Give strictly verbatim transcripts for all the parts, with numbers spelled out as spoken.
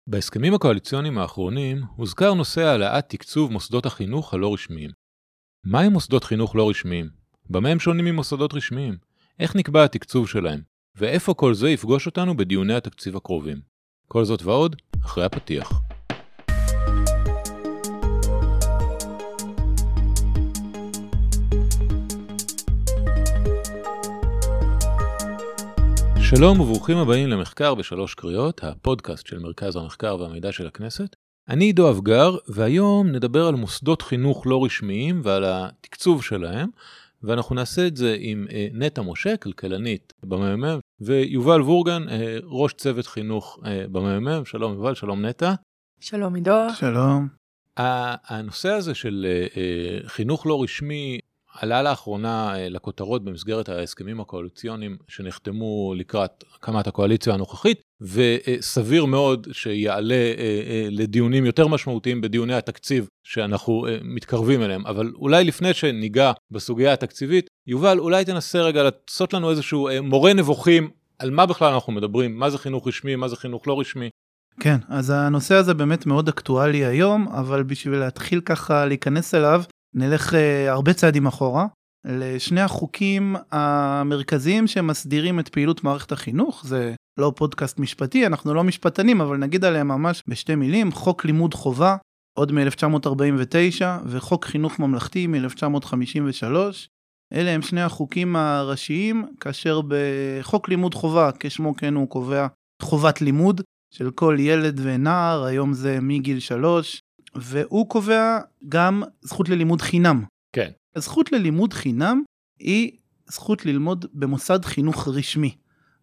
בהסכמים הקואליציוניים האחרונים הוזכר נושא העלאת תקצוב מוסדות החינוך הלא רשמיים. מהם מוסדות חינוך לא רשמיים? במה הם שונים ממוסדות רשמיים? איך נקבע התקצוב שלהם? ואיפה כל זה יפגוש אותנו בדיוני התקציב הקרובים? כל זאת ועוד, אחרי הפתיח. שלום וברוכים הבאים למחקר בשלוש קריאות, הפודקאסט של מרכז המחקר והמידע של הכנסת. אני עידו אבגר, והיום נדבר על מוסדות חינוך לא רשמיים ועל התקצוב שלהם, ואנחנו נעשה את זה עם נטע משה, כלכלנית בממ"מ, ויובל וורגן, ראש צוות חינוך בממ"מ. שלום יובל, שלום נטע. שלום עידו. שלום. הנושא הזה של חינוך לא רשמי עלה לאחרונה לכותרות במסגרת ההסכמים הקואליציוניים שנחתמו לקראת הקמת הקואליציה הנוכחית, וסביר מאוד שיעלה לדיונים יותר משמעותיים בדיוני התקציב שאנחנו מתקרבים אליהם. אבל אולי לפני שניגע בסוגיה התקציבית, יובל, אולי תנסה רגע לעשות לנו איזשהו מורה נבוכים על מה בכלל אנחנו מדברים, מה זה חינוך רשמי, מה זה חינוך לא רשמי. כן, אז הנושא הזה באמת מאוד אקטואלי היום, אבל בשביל להתחיל ככה להיכנס אליו, נלך uh, הרבה צעדים אחורה, לשני החוקים המרכזיים שמסדירים את פעילות מערכת החינוך. זה לא פודקאסט משפטי, אנחנו לא משפטנים, אבל נגיד עליהם ממש בשתי מילים: חוק לימוד חובה, עוד מ-אלף תשע מאות ארבעים ותשע, וחוק חינוך ממלכתי מ-אלף תשע מאות חמישים ושלוש. אלה הם שני החוקים הראשיים, כאשר בחוק לימוד חובה, כשמו כן הוא קובע חובת לימוד של כל ילד ונער, היום זה מגיל שלוש, והוא קובע גם זכות ללימוד חינם. כן. הזכות ללימוד חינם היא זכות ללמוד במוסד חינוך רשמי.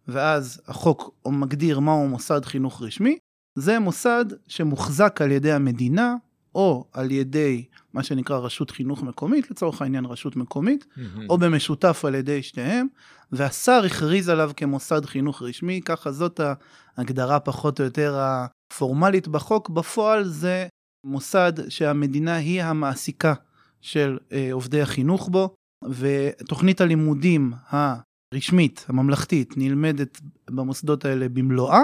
ואז החוק מגדיר מהו מוסד חינוך רשמי. זה מוסד שמוחזק על ידי המדינה, או על ידי מה שנקרא רשות חינוך מקומית, לצורך העניין רשות מקומית, mm-hmm. או במשותף על ידי שתיהם, והשר הכריז עליו כמוסד חינוך רשמי. ככה זאת ההגדרה פחות או יותר הפורמלית בחוק. בפועל זה מוסד שהמדינה היא המעסיקה של אה, עובדי החינוך בו, ותוכנית הלימודים הרשמית, הממלכתית, נלמדת במוסדות האלה במלואה,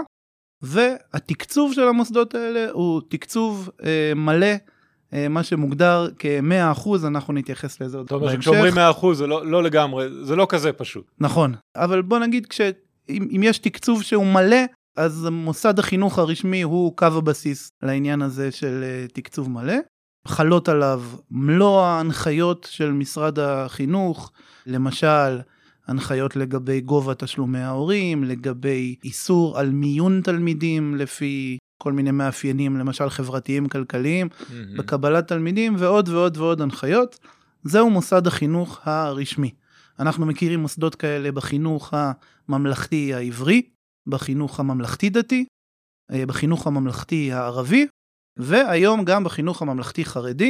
והתקצוב של המוסדות האלה הוא תקצוב אה, מלא, אה, מה שמוגדר כ-מאה אחוז, אנחנו נתייחס לזה עוד בהמשך. זאת אומרת שכשאומרים מאה אחוז זה לא, לא לגמרי, זה לא כזה פשוט. נכון, אבל בוא נגיד, כש, אם, אם יש תקצוב שהוא מלא, אז מוסד החינוך הרשמי הוא קו הבסיס לעניין הזה של תקצוב מלא. חלות עליו מלוא ההנחיות של משרד החינוך, למשל, הנחיות לגבי גובה תשלומי ההורים, לגבי איסור על מיון תלמידים לפי כל מיני מאפיינים, למשל חברתיים, כלכליים, mm-hmm. בקבלת תלמידים, ועוד ועוד ועוד הנחיות. זהו מוסד החינוך הרשמי. אנחנו מכירים מוסדות כאלה בחינוך הממלכתי העברי, בחינוך הממלכתי דתי, בחינוך הממלכתי הערבי, והיום גם בחינוך הממלכתי חרדי.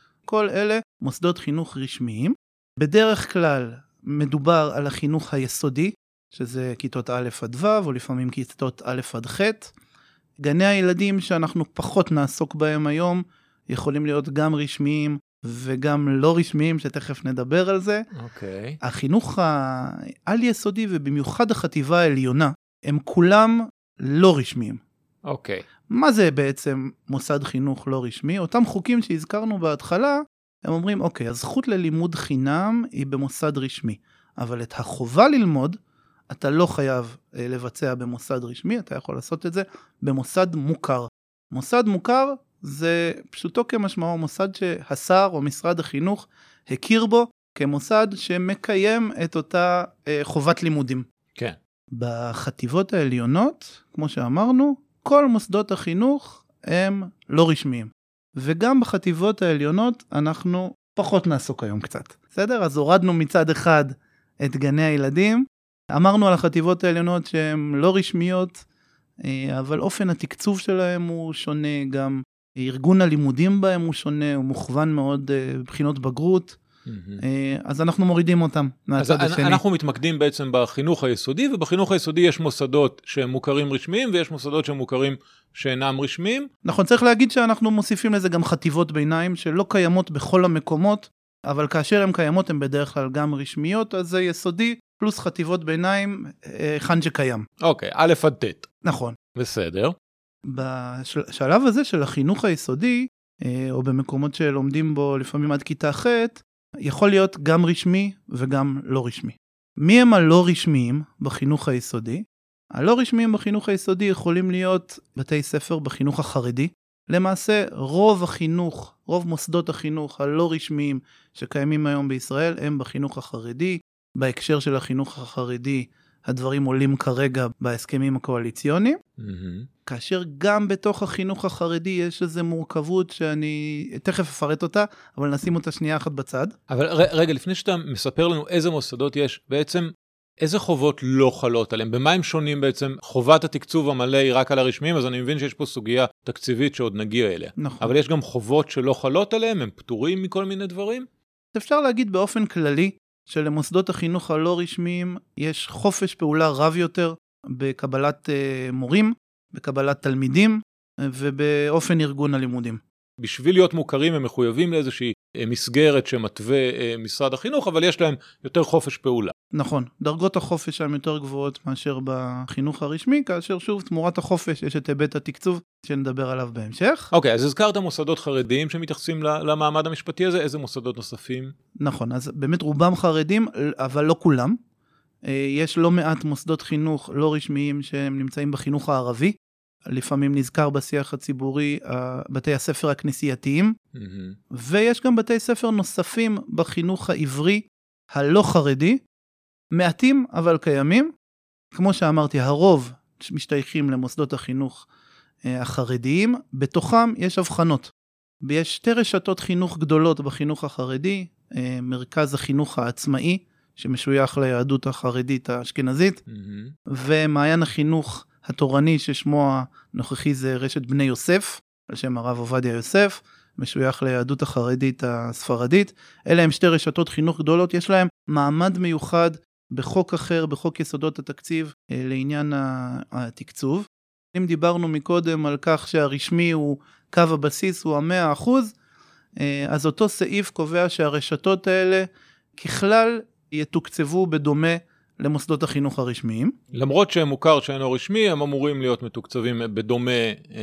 כל אלה מוסדות חינוך רשמיים. בדרך כלל מדובר על החינוך היסודי, שזה כיתות א' עד ו', או לפעמים כיתות א' עד ח'. גני הילדים שאנחנו פחות נעסוק בהם היום, יכולים להיות גם רשמיים וגם לא רשמיים, שתכף נדבר על זה. אוקיי. החינוך העל יסודי, ובמיוחד החטיבה העליונה, הם כולם לא רשמיים. אוקיי. מה זה בעצם מוסד חינוך לא רשמי? אותם חוקים שהזכרנו בהתחלה, הם אומרים, אוקיי, הזכות ללימוד חינם היא במוסד רשמי, אבל את החובה ללמוד, אתה לא חייב לבצע במוסד רשמי, אתה יכול לעשות את זה במוסד מוכר. מוסד מוכר זה פשוטו כמשמעו מוסד שהשר או משרד החינוך הכיר בו כמוסד שמקיים את אותה חובת לימודים. כן. בחטיבות העליונות, כמו שאמרנו, כל מוסדות החינוך הם לא רשמיים. וגם בחטיבות העליונות אנחנו פחות נעסוק היום קצת. בסדר? אז הורדנו מצד אחד את גני הילדים, אמרנו על החטיבות העליונות שהן לא רשמיות, אבל אופן התקצוב שלהם הוא שונה, גם ארגון הלימודים בהם הוא שונה, הוא מוכוון מאוד בבחינות בגרות, אז אנחנו מורידים אותם מהצד השני. אנחנו מתמקדים בעצם בחינוך היסודי, ובחינוך היסודי יש מוסדות שהם מוכרים רשמיים, ויש מוסדות שהם מוכרים שאינם רשמיים. נכון, צריך להגיד שאנחנו מוסיפים לזה גם חטיבות ביניים, שלא קיימות בכל המקומות, אבל כאשר הן קיימות הן בדרך כלל גם רשמיות, אז זה יסודי, פלוס חטיבות ביניים, היכן שקיים. אוקיי, א' עד ת'. נכון. בסדר. בשלב הזה של החינוך היסודי, או במקומות שלומדים בו לפעמים עד כיתה ח', יכול להיות גם רשמי וגם לא רשמי. מי הם הלא רשמיים בחינוך היסודי? הלא רשמיים בחינוך היסודי יכולים להיות בתי ספר בחינוך החרדי. למעשה רוב החינוך, רוב מוסדות החינוך הלא רשמיים שקיימים היום בישראל הם בחינוך החרדי. בהקשר של החינוך החרדי הדברים עולים כרגע בהסכמים הקואליציוניים. Mm-hmm. כאשר גם בתוך החינוך החרדי יש איזו מורכבות שאני תכף אפרט אותה, אבל נשים אותה שנייה אחת בצד. אבל רגע, לפני שאתה מספר לנו איזה מוסדות יש, בעצם איזה חובות לא חלות עליהם? במה הם שונים בעצם? חובת התקצוב המלא היא רק על הרשמיים, אז אני מבין שיש פה סוגיה תקציבית שעוד נגיע אליה. נכון. אבל יש גם חובות שלא חלות עליהם, הם פטורים מכל מיני דברים? אפשר להגיד באופן כללי, שלמוסדות החינוך הלא רשמיים יש חופש פעולה רב יותר בקבלת uh, מורים, בקבלת תלמידים ובאופן ארגון הלימודים. בשביל להיות מוכרים הם מחויבים לאיזושהי מסגרת שמתווה משרד החינוך, אבל יש להם יותר חופש פעולה. נכון, דרגות החופש הן יותר גבוהות מאשר בחינוך הרשמי, כאשר שוב תמורת החופש יש את היבט התקצוב שנדבר עליו בהמשך. אוקיי, אז הזכרת מוסדות חרדיים שמתייחסים למעמד המשפטי הזה, איזה מוסדות נוספים? נכון, אז באמת רובם חרדים, אבל לא כולם. יש לא מעט מוסדות חינוך לא רשמיים שהם נמצאים בחינוך הערבי, לפעמים נזכר בשיח הציבורי בתי הספר הכנסייתיים, mm-hmm. ויש גם בתי ספר נוספים בחינוך העברי הלא חרדי, מעטים אבל קיימים. כמו שאמרתי, הרוב משתייכים למוסדות החינוך החרדיים, בתוכם יש הבחנות. ויש שתי רשתות חינוך גדולות בחינוך החרדי, מרכז החינוך העצמאי, שמשוייך ליהדות החרדית האשכנזית, mm-hmm. ומעיין החינוך התורני ששמו הנוכחי זה רשת בני יוסף, על שם הרב עובדיה יוסף, משוייך ליהדות החרדית הספרדית. אלה הם שתי רשתות חינוך גדולות, יש להם מעמד מיוחד בחוק אחר, בחוק יסודות התקציב, לעניין התקצוב. אם דיברנו מקודם על כך שהרשמי הוא קו הבסיס, הוא המאה אחוז, אז אותו סעיף קובע שהרשתות האלה ככלל יתוקצבו בדומה למוסדות החינוך הרשמיים. למרות שהם מוכר שאינו רשמי, הם אמורים להיות מתוקצבים בדומה.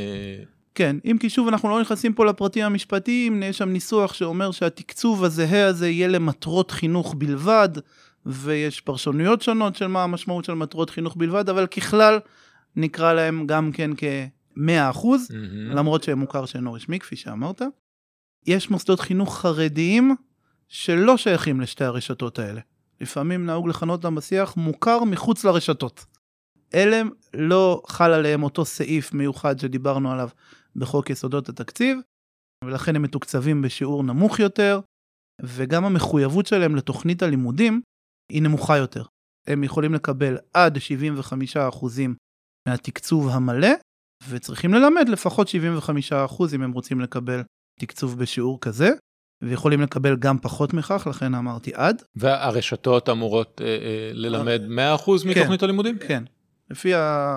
כן, אם כי שוב אנחנו לא נכנסים פה לפרטים המשפטיים, יש שם ניסוח שאומר שהתקצוב הזהה הזה יהיה למטרות חינוך בלבד, ויש פרשנויות שונות של מה המשמעות של מטרות חינוך בלבד, אבל ככלל נקרא להם גם כן כ-מאה אחוז, mm-hmm. למרות שהם מוכר שאינו רשמי, כפי שאמרת. יש מוסדות חינוך חרדיים שלא שייכים לשתי הרשתות האלה. לפעמים נהוג לכנות אותם בשיח מוכר מחוץ לרשתות. אלה לא חל עליהם אותו סעיף מיוחד שדיברנו עליו בחוק יסודות התקציב, ולכן הם מתוקצבים בשיעור נמוך יותר, וגם המחויבות שלהם לתוכנית הלימודים היא נמוכה יותר. הם יכולים לקבל עד שבעים וחמישה אחוז מהתקצוב המלא, וצריכים ללמד לפחות שבעים וחמישה אחוז אם הם רוצים לקבל תקצוב בשיעור כזה, ויכולים לקבל גם פחות מכך, לכן אמרתי עד. והרשתות אמורות אה, אה, ללמד מאה אחוז מתוכנית כן, הלימודים? כן. לפי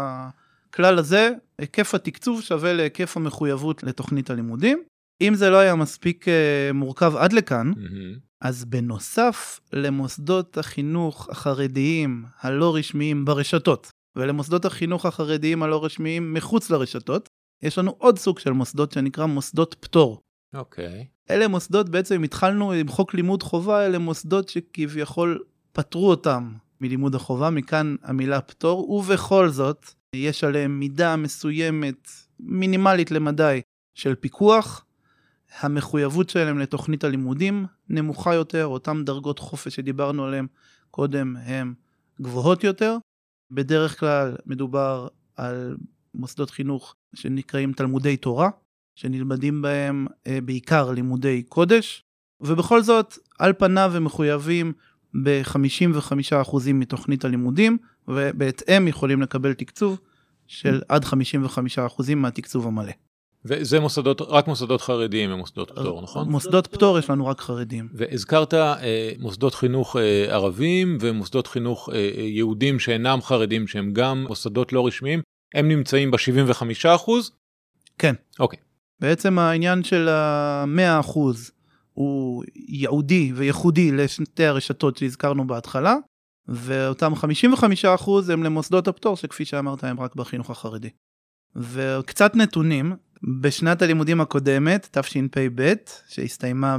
הכלל הזה, היקף התקצוב שווה להיקף המחויבות לתוכנית הלימודים. אם זה לא היה מספיק אה, מורכב עד לכאן, mm-hmm. אז בנוסף למוסדות החינוך החרדיים הלא רשמיים ברשתות, ולמוסדות החינוך החרדיים הלא רשמיים מחוץ לרשתות, יש לנו עוד סוג של מוסדות שנקרא מוסדות פטור. אוקיי. Okay. אלה מוסדות, בעצם אם התחלנו עם חוק לימוד חובה, אלה מוסדות שכביכול פטרו אותם מלימוד החובה, מכאן המילה פטור, ובכל זאת יש עליהם מידה מסוימת, מינימלית למדי, של פיקוח. המחויבות שלהם לתוכנית הלימודים נמוכה יותר, אותם דרגות חופש שדיברנו עליהם קודם הם גבוהות יותר. בדרך כלל מדובר על מוסדות חינוך שנקראים תלמודי תורה, שנלמדים בהם בעיקר לימודי קודש, ובכל זאת על פניו הם מחויבים ב-חמישים וחמישה אחוז מתוכנית הלימודים, ובהתאם יכולים לקבל תקצוב של עד חמישים וחמישה אחוז מהתקצוב המלא. וזה מוסדות, רק מוסדות חרדיים הם מוסדות פטור, נכון? מוסדות פטור יש לנו רק חרדים. והזכרת אה, מוסדות חינוך אה, ערבים ומוסדות חינוך אה, יהודים שאינם חרדים, שהם גם מוסדות לא רשמיים, הם נמצאים ב-שבעים וחמישה אחוז? כן. אוקיי. בעצם העניין של ה-מאה אחוז הוא ייעודי וייחודי לשתי הרשתות שהזכרנו בהתחלה, ואותם חמישים וחמישה אחוז הם למוסדות הפטור, שכפי שאמרת הם רק בחינוך החרדי. וקצת נתונים, בשנת הלימודים הקודמת, תשפ"ב, שהסתיימה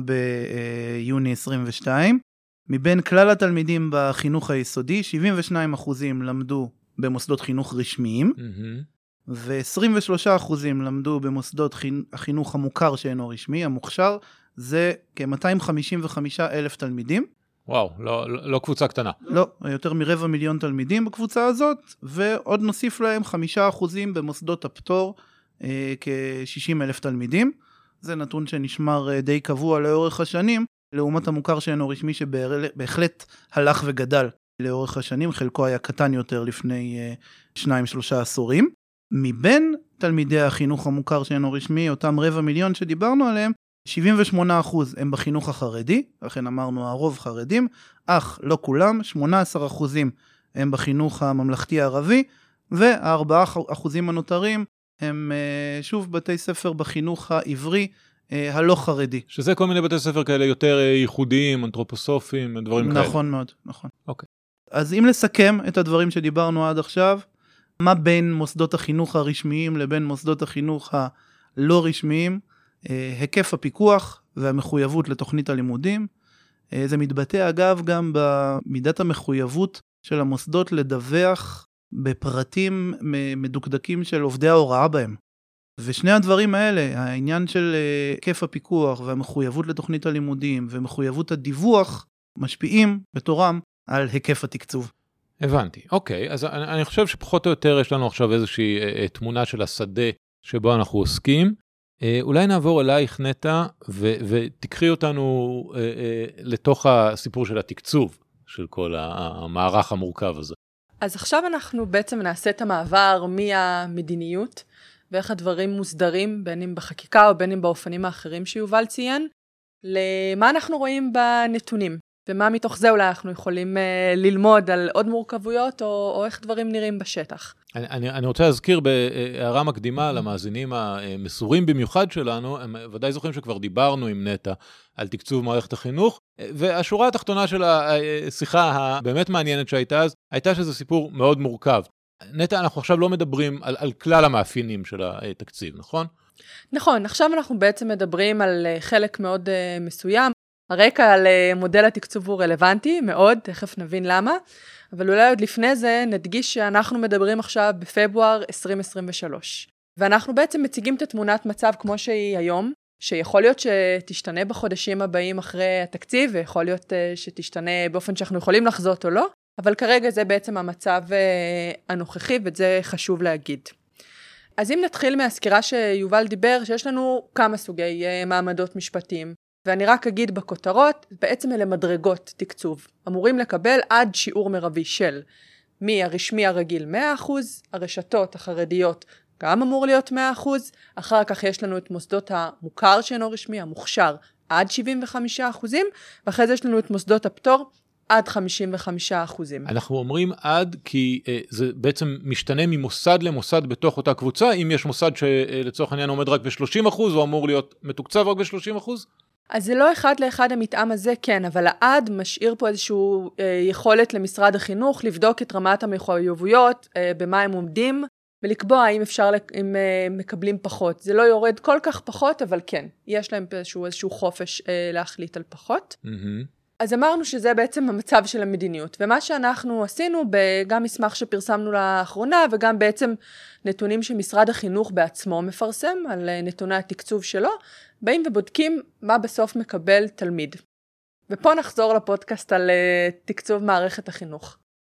ביוני עשרים ושתיים, מבין כלל התלמידים בחינוך היסודי, שבעים ושניים אחוזים למדו במוסדות חינוך רשמיים, mm-hmm. ו-עשרים ושלושה אחוזים למדו במוסדות החינוך המוכר שאינו רשמי, המוכשר, זה כ-מאתיים חמישים וחמישה אלף תלמידים. וואו, לא, לא, לא קבוצה קטנה. לא, יותר מרבע מיליון תלמידים בקבוצה הזאת, ועוד נוסיף להם חמישה אחוזים במוסדות הפטור, אה, כ-שישים אלף תלמידים. זה נתון שנשמר אה, די קבוע לאורך השנים, לעומת המוכר שאינו רשמי שבהחלט הלך וגדל לאורך השנים, חלקו היה קטן יותר לפני אה, שניים שלושה עשורים. מבין תלמידי החינוך המוכר שאינו רשמי, אותם רבע מיליון שדיברנו עליהם, שבעים ושמונה אחוז הם בחינוך החרדי, לכן אמרנו הרוב חרדים, אך לא כולם, שמונה עשר אחוזים הם בחינוך הממלכתי הערבי, וה-ארבעה אחוזים הנותרים הם שוב בתי ספר בחינוך העברי הלא חרדי. שזה כל מיני בתי ספר כאלה יותר ייחודיים, אנתרופוסופיים, דברים כאלה. נכון מאוד, נכון. אוקיי. אז אם לסכם את הדברים שדיברנו עד עכשיו, מה בין מוסדות החינוך הרשמיים לבין מוסדות החינוך הלא רשמיים, היקף הפיקוח והמחויבות לתוכנית הלימודים. זה מתבטא אגב גם במידת המחויבות של המוסדות לדווח בפרטים מדוקדקים של עובדי ההוראה בהם. ושני הדברים האלה, העניין של היקף הפיקוח והמחויבות לתוכנית הלימודים ומחויבות הדיווח, משפיעים בתורם על היקף התקצוב. הבנתי, אוקיי, אז אני, אני חושב שפחות או יותר יש לנו עכשיו איזושהי אה, תמונה של השדה שבו אנחנו עוסקים. אה, אולי נעבור אלייך נטע ו- ותקחי אותנו אה, אה, לתוך הסיפור של התקצוב של כל המערך המורכב הזה. אז עכשיו אנחנו בעצם נעשה את המעבר מהמדיניות ואיך הדברים מוסדרים, בין אם בחקיקה או בין אם באופנים האחרים שיובל ציין, למה אנחנו רואים בנתונים. ומה מתוך זה אולי אנחנו יכולים uh, ללמוד על עוד מורכבויות, או, או איך דברים נראים בשטח. אני, אני, אני רוצה להזכיר בהערה מקדימה למאזינים המסורים במיוחד שלנו, הם ודאי זוכרים שכבר דיברנו עם נטע על תקצוב מערכת החינוך, והשורה התחתונה של השיחה הבאמת מעניינת שהייתה אז, הייתה שזה סיפור מאוד מורכב. נטע, אנחנו עכשיו לא מדברים על, על כלל המאפיינים של התקציב, נכון? נכון, עכשיו אנחנו בעצם מדברים על חלק מאוד uh, מסוים, הרקע על מודל התקצוב הוא רלוונטי מאוד, תכף נבין למה, אבל אולי עוד לפני זה נדגיש שאנחנו מדברים עכשיו בפברואר עשרים עשרים ושלוש, ואנחנו בעצם מציגים את התמונת מצב כמו שהיא היום, שיכול להיות שתשתנה בחודשים הבאים אחרי התקציב, ויכול להיות שתשתנה באופן שאנחנו יכולים לחזות או לא, אבל כרגע זה בעצם המצב הנוכחי, וזה חשוב להגיד. אז אם נתחיל מהסקירה שיובל דיבר, שיש לנו כמה סוגי מעמדות משפטיים, ואני רק אגיד בכותרות, בעצם אלה מדרגות תקצוב. אמורים לקבל עד שיעור מרבי של מהרשמי הרגיל מאה אחוז, הרשתות החרדיות גם אמור להיות מאה אחוז, אחר כך יש לנו את מוסדות המוכר שאינו רשמי, המוכשר, עד שבעים וחמישה אחוזים, ואחרי זה יש לנו את מוסדות הפטור, עד חמישים וחמישה אחוזים. אנחנו אומרים עד כי אה, זה בעצם משתנה ממוסד למוסד בתוך אותה קבוצה, אם יש מוסד שלצורך העניין עומד רק ב-שלושים אחוז, הוא אמור להיות מתוקצב רק ב-שלושים אחוז? אז זה לא אחד לאחד המתאם הזה, כן, אבל העד משאיר פה איזושהי אה, יכולת למשרד החינוך לבדוק את רמת המחויבויות, אה, במה הם עומדים, ולקבוע אם אפשר, אם אה, מקבלים פחות. זה לא יורד כל כך פחות, אבל כן, יש להם איזשהו, איזשהו חופש אה, להחליט על פחות. Mm-hmm. אז אמרנו שזה בעצם המצב של המדיניות, ומה שאנחנו עשינו, גם מסמך שפרסמנו לאחרונה, וגם בעצם נתונים שמשרד החינוך בעצמו מפרסם, על נתוני התקצוב שלו, באים ובודקים מה בסוף מקבל תלמיד. ופה נחזור לפודקאסט על תקצוב מערכת החינוך.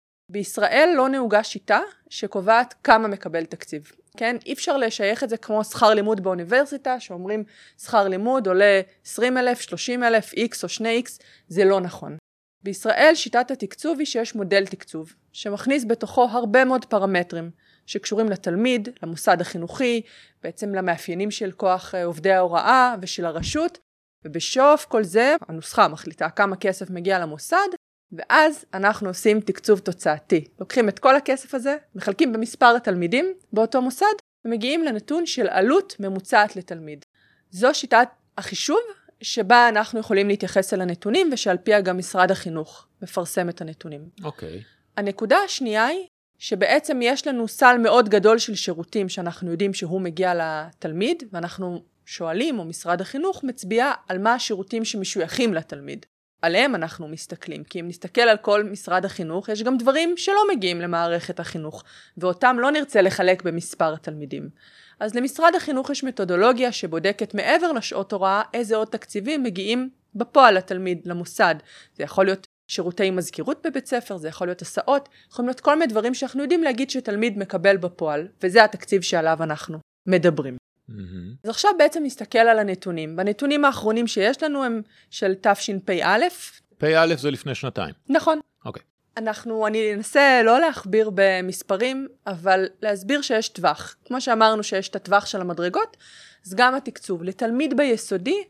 בישראל לא נהוגה שיטה שקובעת כמה מקבל תקציב. כן? אי אפשר לשייך את זה כמו שכר לימוד באוניברסיטה, שאומרים שכר לימוד עולה עשרים אלף, שלושים אלף, X או שני X, זה לא נכון. בישראל שיטת התקצוב היא שיש מודל תקצוב, שמכניס בתוכו הרבה מאוד פרמטרים, שקשורים לתלמיד, למוסד החינוכי, בעצם למאפיינים של כוח עובדי ההוראה ושל הרשות, ובשוף כל זה, הנוסחה מחליטה כמה כסף מגיע למוסד, ואז אנחנו עושים תקצוב תוצאתי. לוקחים את כל הכסף הזה, מחלקים במספר התלמידים באותו מוסד, ומגיעים לנתון של עלות ממוצעת לתלמיד. זו שיטת החישוב שבה אנחנו יכולים להתייחס אל הנתונים, ושעל פיה גם משרד החינוך מפרסם את הנתונים. אוקיי. הנקודה השנייה היא שבעצם יש לנו סל מאוד גדול של שירותים שאנחנו יודעים שהוא מגיע לתלמיד, ואנחנו שואלים, או משרד החינוך מצביע על מה השירותים שמשויכים לתלמיד. עליהם אנחנו מסתכלים, כי אם נסתכל על כל משרד החינוך, יש גם דברים שלא מגיעים למערכת החינוך, ואותם לא נרצה לחלק במספר התלמידים. אז למשרד החינוך יש מתודולוגיה שבודקת מעבר לשעות הוראה, איזה עוד תקציבים מגיעים בפועל לתלמיד, למוסד. זה יכול להיות שירותי מזכירות בבית ספר, זה יכול להיות הסעות, יכולים להיות כל מיני דברים שאנחנו יודעים להגיד שתלמיד מקבל בפועל, וזה התקציב שעליו אנחנו מדברים. אז עכשיו בעצם נסתכל על הנתונים. בנתונים האחרונים שיש לנו הם של תשפ"א. פ"א זה לפני שנתיים. נכון. אוקיי. אנחנו, אני אנסה לא להכביר במספרים, אבל להסביר שיש טווח. כמו שאמרנו שיש את הטווח של המדרגות, אז גם התקצוב. לתלמיד ביסודי,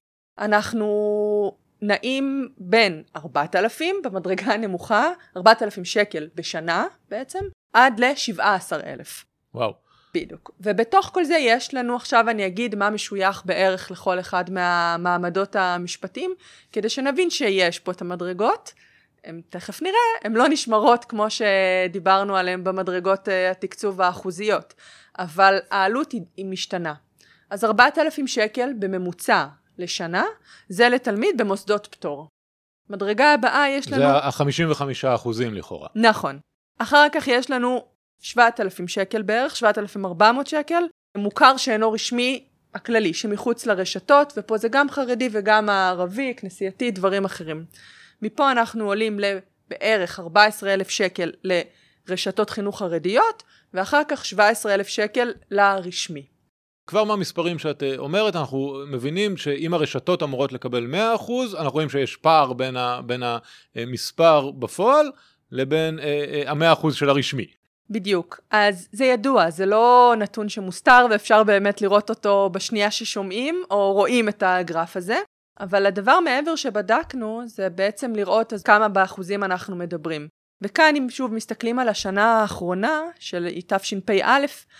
אנחנו נעים בין ארבעת אלפים במדרגה הנמוכה, ארבעת אלפים שקל בשנה בעצם, עד ל-שבעה עשר אלף. וואו. בדיוק. ובתוך כל זה יש לנו, עכשיו אני אגיד מה משוייך בערך לכל אחד מהמעמדות המשפטיים, כדי שנבין שיש פה את המדרגות, הם תכף נראה, הם לא נשמרות כמו שדיברנו עליהם במדרגות התקצוב האחוזיות, אבל העלות היא, היא משתנה. אז ארבעת אלפים שקל בממוצע לשנה, זה לתלמיד במוסדות פטור. מדרגה הבאה יש לנו... זה ה-חמישים וחמישה אחוזים לכאורה. נכון. אחר כך יש לנו שבעת אלפים שקל בערך, שבעת אלפים וארבע מאות שקל, מוכר שאינו רשמי הכללי, שמחוץ לרשתות, ופה זה גם חרדי וגם הערבי, כנסייתי, דברים אחרים. מפה אנחנו עולים לבערך ארבעה עשר אלף שקל לרשתות חינוך חרדיות, ואחר כך שבעה עשר אלף שקל לרשמי. כבר מהמספרים שאת אומרת, אנחנו מבינים שאם הרשתות אמורות לקבל מאה אחוז, אנחנו רואים שיש פער בין, ה, בין המספר בפועל, לבין ה-מאה אחוז של הרשמי. בדיוק. אז זה ידוע, זה לא נתון שמוסתר, ואפשר באמת לראות אותו בשנייה ששומעים, או רואים את הגרף הזה. אבל הדבר מעבר שבדקנו, זה בעצם לראות אז כמה באחוזים אנחנו מדברים. וכאן אם שוב מסתכלים על השנה האחרונה של תשפ"א,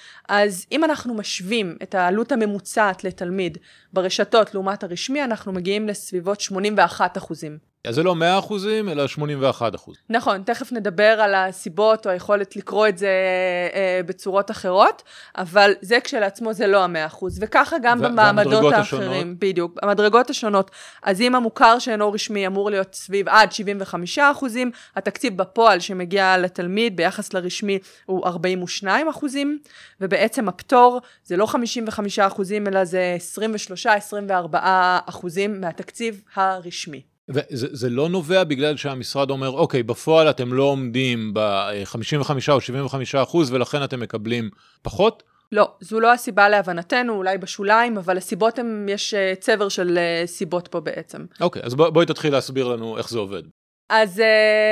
אז אם אנחנו משווים את העלות הממוצעת לתלמיד ברשתות לעומת הרשמי, אנחנו מגיעים לסביבות שמונים ואחד אחוזים. אז זה לא מאה אחוזים, אלא שמונים ואחד אחוז. נכון, תכף נדבר על הסיבות או היכולת לקרוא את זה אה, בצורות אחרות, אבל זה כשלעצמו זה לא המאה אחוז, וככה גם ו- במעמדות האחרים, בדיוק, המדרגות השונות. אז אם המוכר שאינו רשמי אמור להיות סביב עד שבעים וחמישה אחוזים, התקציב בפועל שמגיע לתלמיד ביחס לרשמי הוא ארבעים ושניים אחוזים, ובעצם הפטור זה לא חמישים וחמישה אחוזים, אלא זה עשרים ושלושה עד עשרים וארבעה אחוזים מהתקציב הרשמי. וזה זה לא נובע בגלל שהמשרד אומר, אוקיי, בפועל אתם לא עומדים ב-חמישים וחמישה או שבעים וחמישה אחוז, ולכן אתם מקבלים פחות? לא, זו לא הסיבה להבנתנו, אולי בשוליים, אבל הסיבות הם, יש צבר של סיבות פה בעצם. אוקיי, אז בוא, בואי תתחיל להסביר לנו איך זה עובד. אז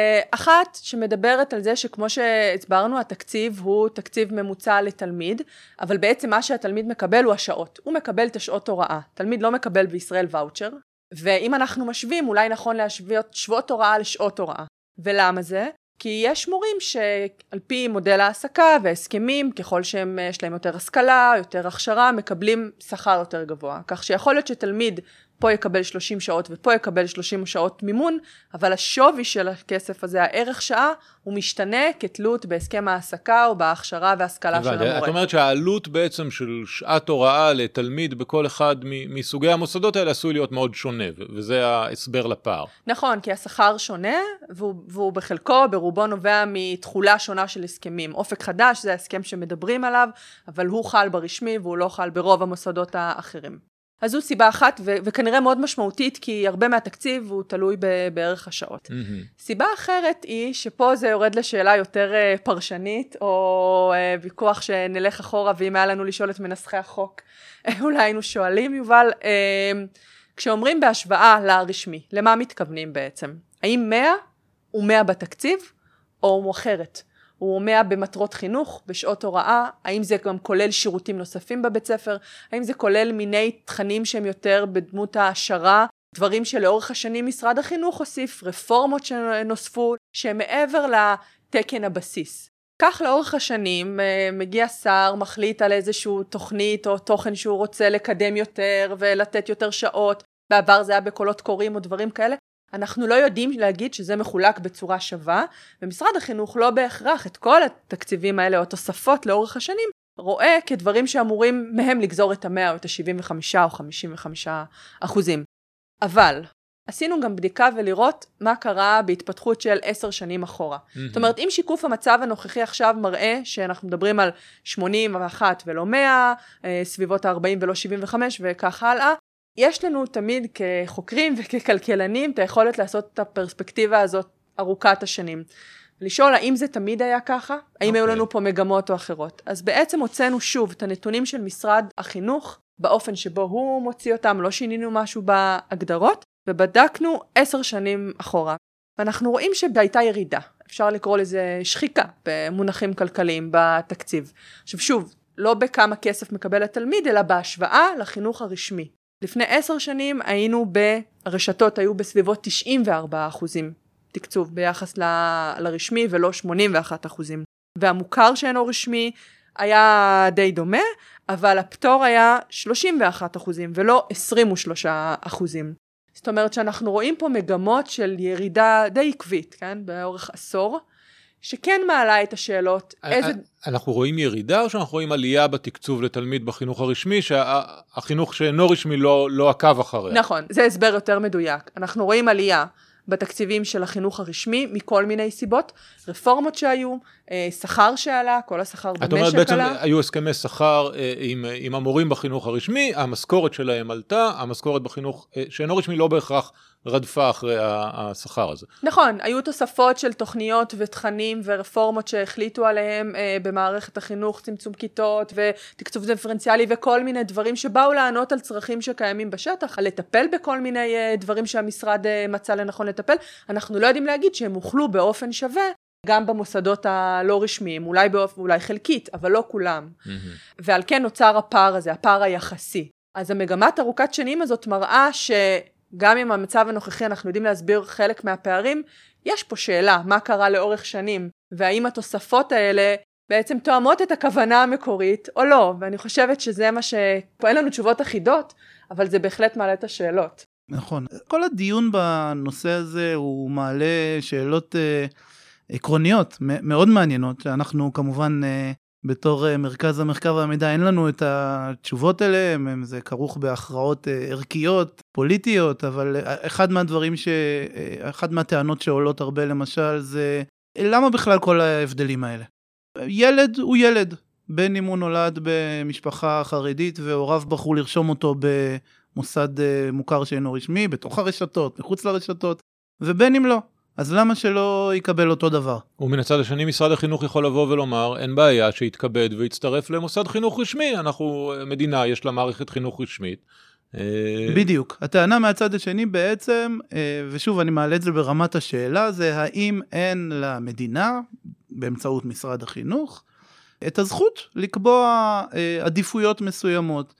אחת שמדברת על זה שכמו שהסברנו, התקציב הוא תקציב ממוצע לתלמיד, אבל בעצם מה שהתלמיד מקבל הוא השעות. הוא מקבל את השעות הוראה. תלמיד לא מקבל בישראל ואוצ'ר. ואם אנחנו משווים, אולי נכון להשוות שעות הוראה לשעות הוראה. ולמה זה? כי יש מורים שעל פי מודל העסקה והסכמים, ככל שהם יש להם יותר השכלה, יותר הכשרה, מקבלים שכר יותר גבוה. כך שיכול להיות שתלמיד פה יקבל שלושים שעות ופה יקבל שלושים שעות מימון, אבל השווי של הכסף הזה, הערך שעה, הוא משתנה כתלות בהסכם העסקה או בהכשרה והשכלה של המורה. את אומרת שהעלות בעצם של שעת הוראה לתלמיד בכל אחד מסוגי המוסדות האלה עשוי להיות מאוד שונה, וזה ההסבר לפער. נכון, כי השכר שונה, והוא, והוא בחלקו, ברובו נובע מתחולה שונה של הסכמים. אופק חדש זה ההסכם שמדברים עליו, אבל הוא חל ברשמי והוא לא חל ברוב המוסדות האחרים. אז זו סיבה אחת, ו- וכנראה מאוד משמעותית, כי הרבה מהתקציב הוא תלוי ב- בערך השעות. Mm-hmm. סיבה אחרת היא שפה זה יורד לשאלה יותר uh, פרשנית, או uh, ויכוח שנלך אחורה, ואם היה לנו לשאול את מנסחי החוק, אולי היינו שואלים, יובל, uh, כשאומרים בהשוואה לרשמי, למה מתכוונים בעצם? האם מאה הוא מאה בתקציב, או אחרת? הוא מאה במטרות חינוך, בשעות הוראה, האם זה גם כולל שירותים נוספים בבית ספר, האם זה כולל מיני תכנים שהם יותר בדמות העשרה, דברים שלאורך השנים משרד החינוך הוסיף, רפורמות שנוספו, שהם מעבר לתקן הבסיס. כך לאורך השנים מגיע שר, מחליט על איזשהו תוכנית או תוכן שהוא רוצה לקדם יותר ולתת יותר שעות, בעבר זה היה בקולות קוראים או דברים כאלה, אנחנו לא יודעים להגיד שזה מחולק בצורה שווה, ומשרד החינוך לא בהכרח את כל התקציבים האלה או תוספות לאורך השנים, רואה כדברים שאמורים מהם לגזור את המאה או את ה-שבעים וחמישה או חמישים וחמישה אחוזים. אבל עשינו גם בדיקה ולראות מה קרה בהתפתחות של עשר שנים אחורה. Mm-hmm. זאת אומרת, אם שיקוף המצב הנוכחי עכשיו מראה שאנחנו מדברים על שמונים ואחת ולא מאה, סביבות ה-ארבעים ולא שבעים וחמש וכך הלאה, יש לנו תמיד כחוקרים וככלכלנים את היכולת לעשות את הפרספקטיבה הזאת ארוכת השנים. לשאול האם זה תמיד היה ככה? האם okay. היו לנו פה מגמות או אחרות? אז בעצם הוצאנו שוב את הנתונים של משרד החינוך, באופן שבו הוא מוציא אותם, לא שינינו משהו בהגדרות, ובדקנו עשר שנים אחורה. ואנחנו רואים שהייתה ירידה. אפשר לקרוא לזה שחיקה במונחים כלכליים בתקציב. עכשיו שוב, לא בכמה כסף מקבל התלמיד, אלא בהשוואה לחינוך הרשמי. לפני עשר שנים היינו ברשתות, היו בסביבות תשעים וארבעה אחוזים תקצוב ביחס ל- לרשמי ולא שמונים ואחד אחוזים. והמוכר שאינו רשמי היה די דומה, אבל הפטור היה שלושים ואחד אחוזים ולא עשרים ושלושה אחוזים. זאת אומרת שאנחנו רואים פה מגמות של ירידה די עקבית, כן? באורך עשור, שכן מעלה את השאלות. איזה... אנחנו רואים ירידה או שאנחנו רואים עלייה בתקצוב לתלמיד בחינוך הרשמי, שהחינוך שאינו רשמי לא, לא עקב אחריה? נכון, זה הסבר יותר מדויק. אנחנו רואים עלייה בתקציבים של החינוך הרשמי, מכל מיני סיבות, רפורמות שהיו, שכר שעלה, כל השכר במשק עלה. את אומרת בעצם היו הסכמי שכר עם, עם המורים בחינוך הרשמי, המשכורת שלהם עלתה, המשכורת בחינוך שאינו רשמי לא בהכרח רדפה אחרי השכר הזה. נכון, היו תוספות של תוכניות ותכנים ורפורמות שהחליטו עליהם במערכת החינוך, צמצום כיתות ותקצוב דיפרנציאלי וכל מיני דברים שבאו לענות על צרכים שקיימים בשטח, על לטפל בכל מיני דברים שהמשרד מצא לנכון לטפל. אנחנו לא יודעים להגיד שהם אוכלו באופן שווה, גם במוסדות הלא רשמיים, אולי, באופן, אולי חלקית, אבל לא כולם. Mm-hmm. ועל כן נוצר הפער הזה, הפער היחסי. אז המגמת ארוכת שנים הזאת מראה שגם עם המצב הנוכחי אנחנו יודעים להסביר חלק מהפערים, יש פה שאלה, מה קרה לאורך שנים, והאם התוספות האלה בעצם תואמות את הכוונה המקורית או לא, ואני חושבת שזה מה ש... פה אין לנו תשובות אחידות, אבל זה בהחלט מעלה את השאלות. נכון. כל הדיון בנושא הזה הוא מעלה שאלות עקרוניות מאוד מעניינות, שאנחנו כמובן בתור מרכז המחקר והמידע אין לנו את התשובות אליהם, זה כרוך בהכרעות ערכיות, פוליטיות, אבל אחד מהדברים ש... אחד מהטענות שעולות הרבה למשל זה למה בכלל כל ההבדלים האלה? ילד הוא ילד, בין אם הוא נולד במשפחה חרדית והוריו בחרו לרשום אותו במוסד מוכר שאינו רשמי, בתוך הרשתות, מחוץ לרשתות, ובין אם לא. אז למה שלא יקבל אותו דבר? ומן הצד השני, משרד החינוך יכול לבוא ולומר, אין בעיה שיתכבד ויצטרף למוסד חינוך רשמי. אנחנו, מדינה, יש לה מערכת חינוך רשמית. בדיוק. הטענה מהצד השני בעצם, ושוב אני מעלה את זה ברמת השאלה, זה האם אין למדינה, באמצעות משרד החינוך, את הזכות לקבוע עדיפויות מסוימות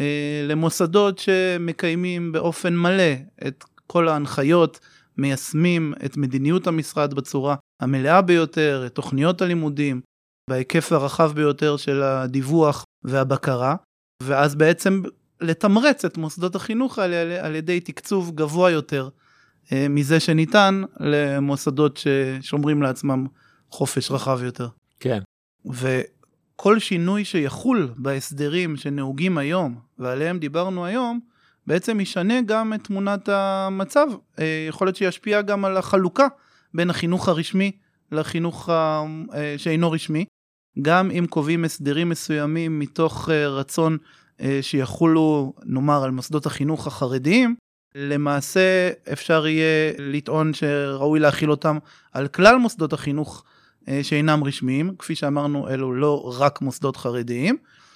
למוסדות שמקיימים באופן מלא את כל ההנחיות, מיישמים את מדיניות המשרד בצורה המלאה ביותר, את תוכניות הלימודים, בהיקף הרחב ביותר של הדיווח והבקרה, ואז בעצם לתמרץ את מוסדות החינוך האלה על ידי תקצוב גבוה יותר מזה שניתן למוסדות ששומרים לעצמם חופש רחב יותר. כן. וכל שינוי שיחול בהסדרים שנהוגים היום, ועליהם דיברנו היום, בעצם ישנה גם את תמונת המצב, יכול להיות שישפיע גם על החלוקה בין החינוך הרשמי לחינוך שאינו רשמי, גם אם קובעים הסדרים מסוימים מתוך רצון שיחולו, נאמר, על מוסדות החינוך החרדיים, למעשה אפשר יהיה לטעון שראוי להכיל אותם על כלל מוסדות החינוך שאינם רשמיים, כפי שאמרנו, אלו לא רק מוסדות חרדיים,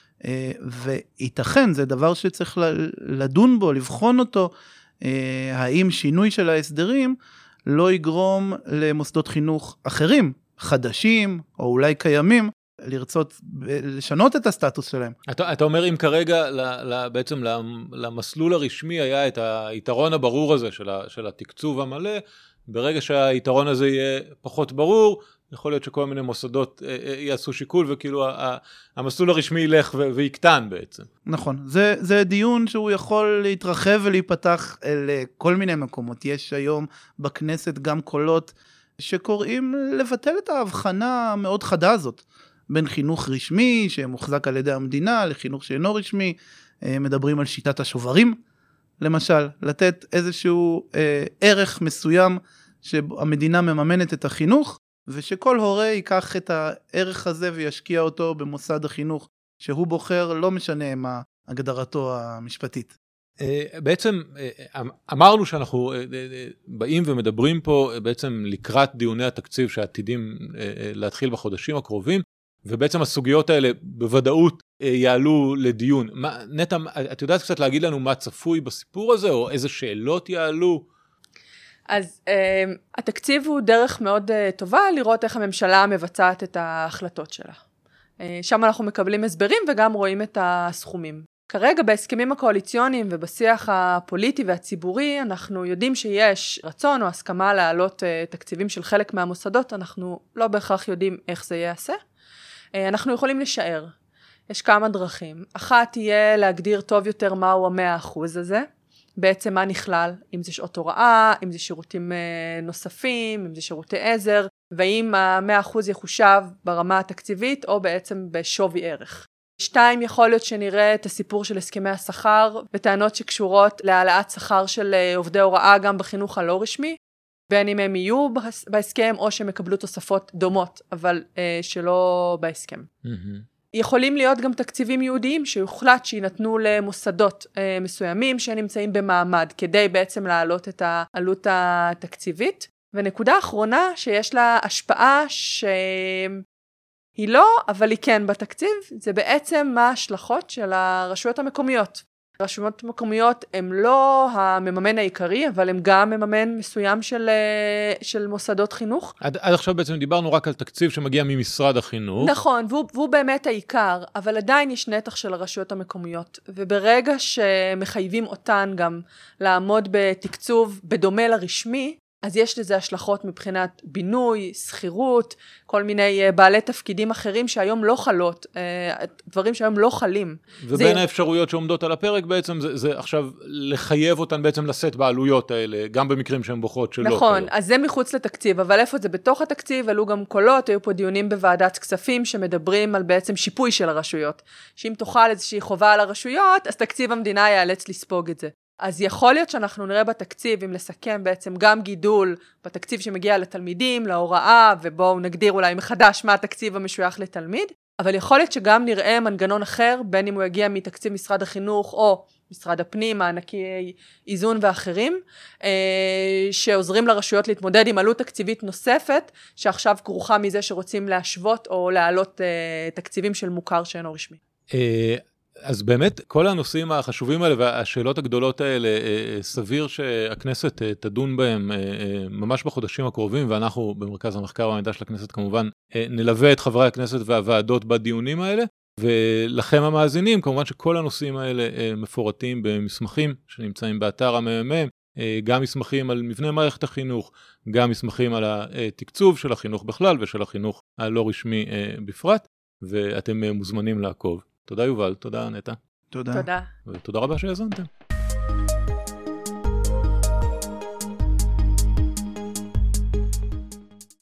וייתכן, זה דבר שצריך לדון בו, לבחון אותו, האם שינוי של ההסדרים לא יגרום למוסדות חינוך אחרים, חדשים או אולי קיימים, לרצות לשנות את הסטטוס שלהם. אתה, אתה אומר אם כרגע ל, ל, בעצם למסלול הרשמי היה את היתרון הברור הזה של, ה, של התקצוב המלא, ברגע שהיתרון הזה יהיה פחות ברור, יכול להיות שכל מיני מוסדות יעשו שיקול, וכאילו המסלול הרשמי ילך ויקטן בעצם. נכון, זה, זה דיון שהוא יכול להתרחב ולהיפתח לכל מיני מקומות. יש היום בכנסת גם קולות שקוראים לבטל את ההבחנה המאוד חדה הזאת, בין חינוך רשמי שמוחזק על ידי המדינה לחינוך שאינו רשמי. מדברים על שיטת השוברים, למשל, לתת איזשהו אה, ערך מסוים שהמדינה מממנת את החינוך, ושכל הורה ייקח את הערך הזה וישקיע אותו במוסד החינוך שהוא בוחר, לא משנה מה הגדרתו המשפטית. בעצם אמרנו שאנחנו באים ומדברים פה בעצם לקראת דיוני התקציב שעתידים להתחיל בחודשים הקרובים, ובעצם הסוגיות האלה בוודאות יעלו לדיון. מה, נטע, את יודעת קצת להגיד לנו מה צפוי בסיפור הזה, או איזה שאלות יעלו? אז uh, התקציב הוא דרך מאוד uh, טובה לראות איך הממשלה מבצעת את ההחלטות שלה. Uh, שם אנחנו מקבלים הסברים וגם רואים את הסכומים. כרגע בהסכמים הקואליציוניים ובשיח הפוליטי והציבורי, אנחנו יודעים שיש רצון או הסכמה להעלות uh, תקציבים של חלק מהמוסדות, אנחנו לא בהכרח יודעים איך זה יעשה. Uh, אנחנו יכולים לשער. יש כמה דרכים. אחת תהיה להגדיר טוב יותר מהו המאה אחוז הזה, בעצם מה נכלל, אם זה שעות הוראה, אם זה שירותים נוספים, אם זה שירותי עזר, ואם ה-מאה אחוז יחושב ברמה התקציבית או בעצם בשווי ערך. שתיים, יכול להיות שנראה את הסיפור של הסכמי השכר, וטענות שקשורות להעלאת שכר של עובדי הוראה גם בחינוך הלא רשמי, בין אם הם יהיו בהסכם או שהם יקבלו תוספות דומות, אבל שלא בהסכם. יכולים להיות גם תקציבים יהודיים שיוחלט שינתנו למוסדות אה, מסוימים שנמצאים במעמד, כדי בעצם להעלות את העלות התקציבית. ונקודה אחרונה שיש לה השפעה שהיא לא, אבל היא כן בתקציב, זה בעצם מה ההשלכות של הרשויות המקומיות. רשויות מקומיות הם לא המממן העיקרי, אבל הם גם מממן מסוים של, של מוסדות חינוך. עד, עד עכשיו בעצם דיברנו רק על תקציב שמגיע ממשרד החינוך. נכון, והוא, והוא באמת העיקר, אבל עדיין יש נתח של הרשויות המקומיות. וברגע שמחייבים אותן גם לעמוד בתקצוב בדומה לרשמי, אז יש לזה השלכות מבחינת בינוי, שכירות, כל מיני בעלי תפקידים אחרים שהיום לא חלות, דברים שהיום לא חלים. ובין זה... האפשרויות שעומדות על הפרק בעצם, זה, זה עכשיו לחייב אותן בעצם לשאת בעלויות האלה, גם במקרים שהן בוחרות שלא. נכון, כאלה. אז זה מחוץ לתקציב, אבל איפה זה בתוך התקציב, עלו גם קולות, היו פה דיונים בוועדת כספים שמדברים על בעצם שיפוי של הרשויות. שאם תוכל איזושהי חובה על הרשויות, אז תקציב המדינה יאלץ לספוג את זה. אז יכול להיות שאנחנו נראה בתקציב, אם לסכם בעצם גם גידול בתקציב שמגיע לתלמידים, להוראה, ובואו נגדיר אולי מחדש מה התקציב המשוייך לתלמיד, אבל יכול להיות שגם נראה מנגנון אחר, בין אם הוא יגיע מתקציב משרד החינוך או משרד הפנים, מענקי איזון ואחרים, שעוזרים לרשויות להתמודד עם עלות תקציבית נוספת, שעכשיו כרוכה מזה שרוצים להשוות או להעלות תקציבים של מוכר שאינו רשמי. אז באמת כל הנושאים החשובים האלה והשאלות הגדולות האלה, סביר שהכנסת תדון בהם ממש בחודשים הקרובים, ואנחנו במרכז המחקר והמידע של הכנסת כמובן נלווה את חברי הכנסת והוועדות בדיונים האלה, ולכם המאזינים כמובן שכל הנושאים האלה מפורטים במסמכים שנמצאים באתר הממ"מ, גם מסמכים על מבנה מערכת החינוך, גם מסמכים על התקצוב של החינוך בכלל ושל החינוך הלא רשמי בפרט, ואתם מוזמנים לעקוב. תודה יובל, תודה נטע. תודה. תודה. ותודה רבה שהאזנתם.